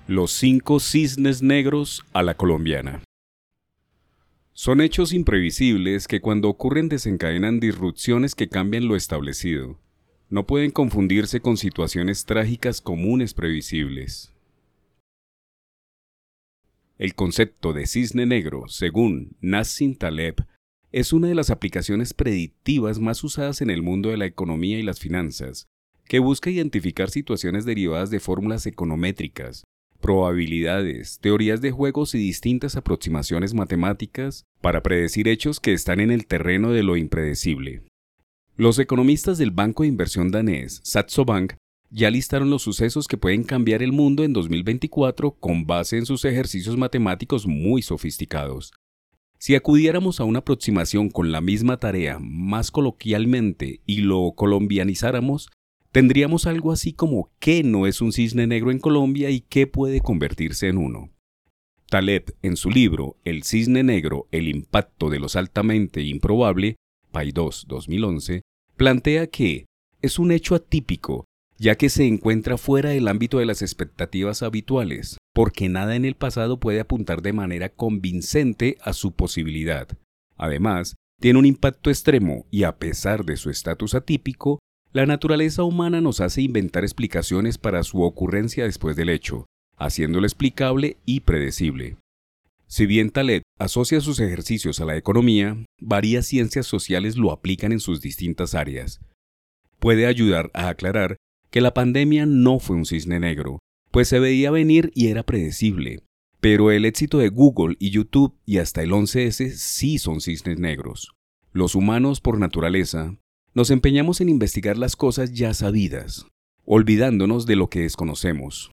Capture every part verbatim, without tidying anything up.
Los cinco cisnes negros a la colombiana. Son hechos imprevisibles que cuando ocurren desencadenan disrupciones que cambian lo establecido. No pueden confundirse con situaciones trágicas comunes previsibles. El concepto de cisne negro, según Nassim Taleb, es una de las aplicaciones predictivas más usadas en el mundo de la economía y las finanzas, que busca identificar situaciones derivadas de fórmulas econométricas, probabilidades, teorías de juegos y distintas aproximaciones matemáticas para predecir hechos que están en el terreno de lo impredecible. Los economistas del banco de inversión danés Saxo Bank ya listaron los sucesos que pueden cambiar el mundo en dos mil veinticuatro con base en sus ejercicios matemáticos muy sofisticados. Si acudiéramos a una aproximación con la misma tarea más coloquialmente y lo colombianizáramos, tendríamos algo así como qué no es un cisne negro en Colombia y qué puede convertirse en uno. Taleb, en su libro El cisne negro, el impacto de lo altamente improbable, Paidós dos mil once, plantea que es un hecho atípico, ya que se encuentra fuera del ámbito de las expectativas habituales, porque nada en el pasado puede apuntar de manera convincente a su posibilidad. Además, tiene un impacto extremo y a pesar de su estatus atípico, la naturaleza humana nos hace inventar explicaciones para su ocurrencia después del hecho, haciéndolo explicable y predecible. Si bien Taleb asocia sus ejercicios a la economía, varias ciencias sociales lo aplican en sus distintas áreas. Puede ayudar a aclarar que la pandemia no fue un cisne negro, pues se veía venir y era predecible, pero el éxito de Google y YouTube y hasta el once ese sí son cisnes negros. Los humanos, por naturaleza, nos empeñamos en investigar las cosas ya sabidas, olvidándonos de lo que desconocemos.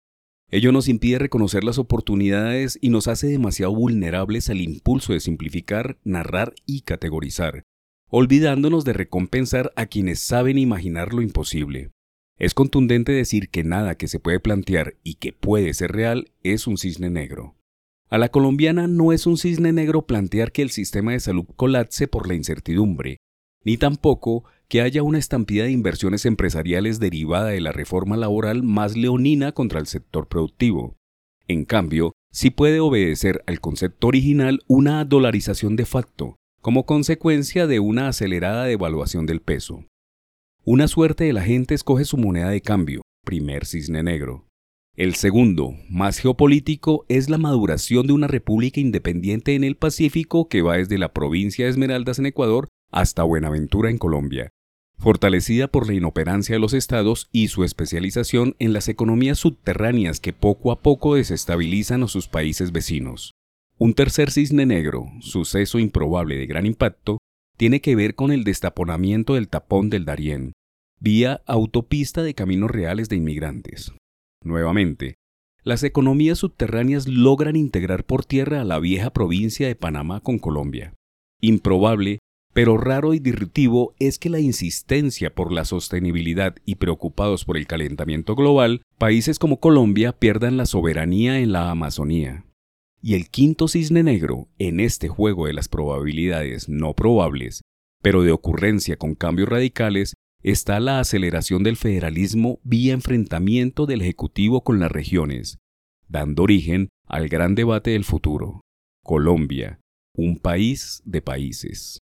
Ello nos impide reconocer las oportunidades y nos hace demasiado vulnerables al impulso de simplificar, narrar y categorizar, olvidándonos de recompensar a quienes saben imaginar lo imposible. Es contundente decir que nada que se puede plantear y que puede ser real es un cisne negro. A la colombiana no es un cisne negro plantear que el sistema de salud colapse por la incertidumbre, ni tampoco que haya una estampida de inversiones empresariales derivada de la reforma laboral más leonina contra el sector productivo. En cambio, sí puede obedecer al concepto original una dolarización de facto, como consecuencia de una acelerada devaluación del peso. Una suerte de la gente escoge su moneda de cambio, primer cisne negro. El segundo, más geopolítico, es la maduración de una república independiente en el Pacífico que va desde la provincia de Esmeraldas en Ecuador hasta Buenaventura en Colombia, fortalecida por la inoperancia de los estados y su especialización en las economías subterráneas que poco a poco desestabilizan a sus países vecinos. Un tercer cisne negro, suceso improbable de gran impacto, tiene que ver con el destaponamiento del tapón del Darién, vía autopista de caminos reales de inmigrantes. Nuevamente, las economías subterráneas logran integrar por tierra a la vieja provincia de Panamá con Colombia. Improbable, pero raro y disruptivo es que la insistencia por la sostenibilidad y preocupados por el calentamiento global, países como Colombia pierdan la soberanía en la Amazonía. Y el quinto cisne negro, en este juego de las probabilidades no probables, pero de ocurrencia con cambios radicales, está la aceleración del federalismo vía enfrentamiento del Ejecutivo con las regiones, dando origen al gran debate del futuro. Colombia, un país de países.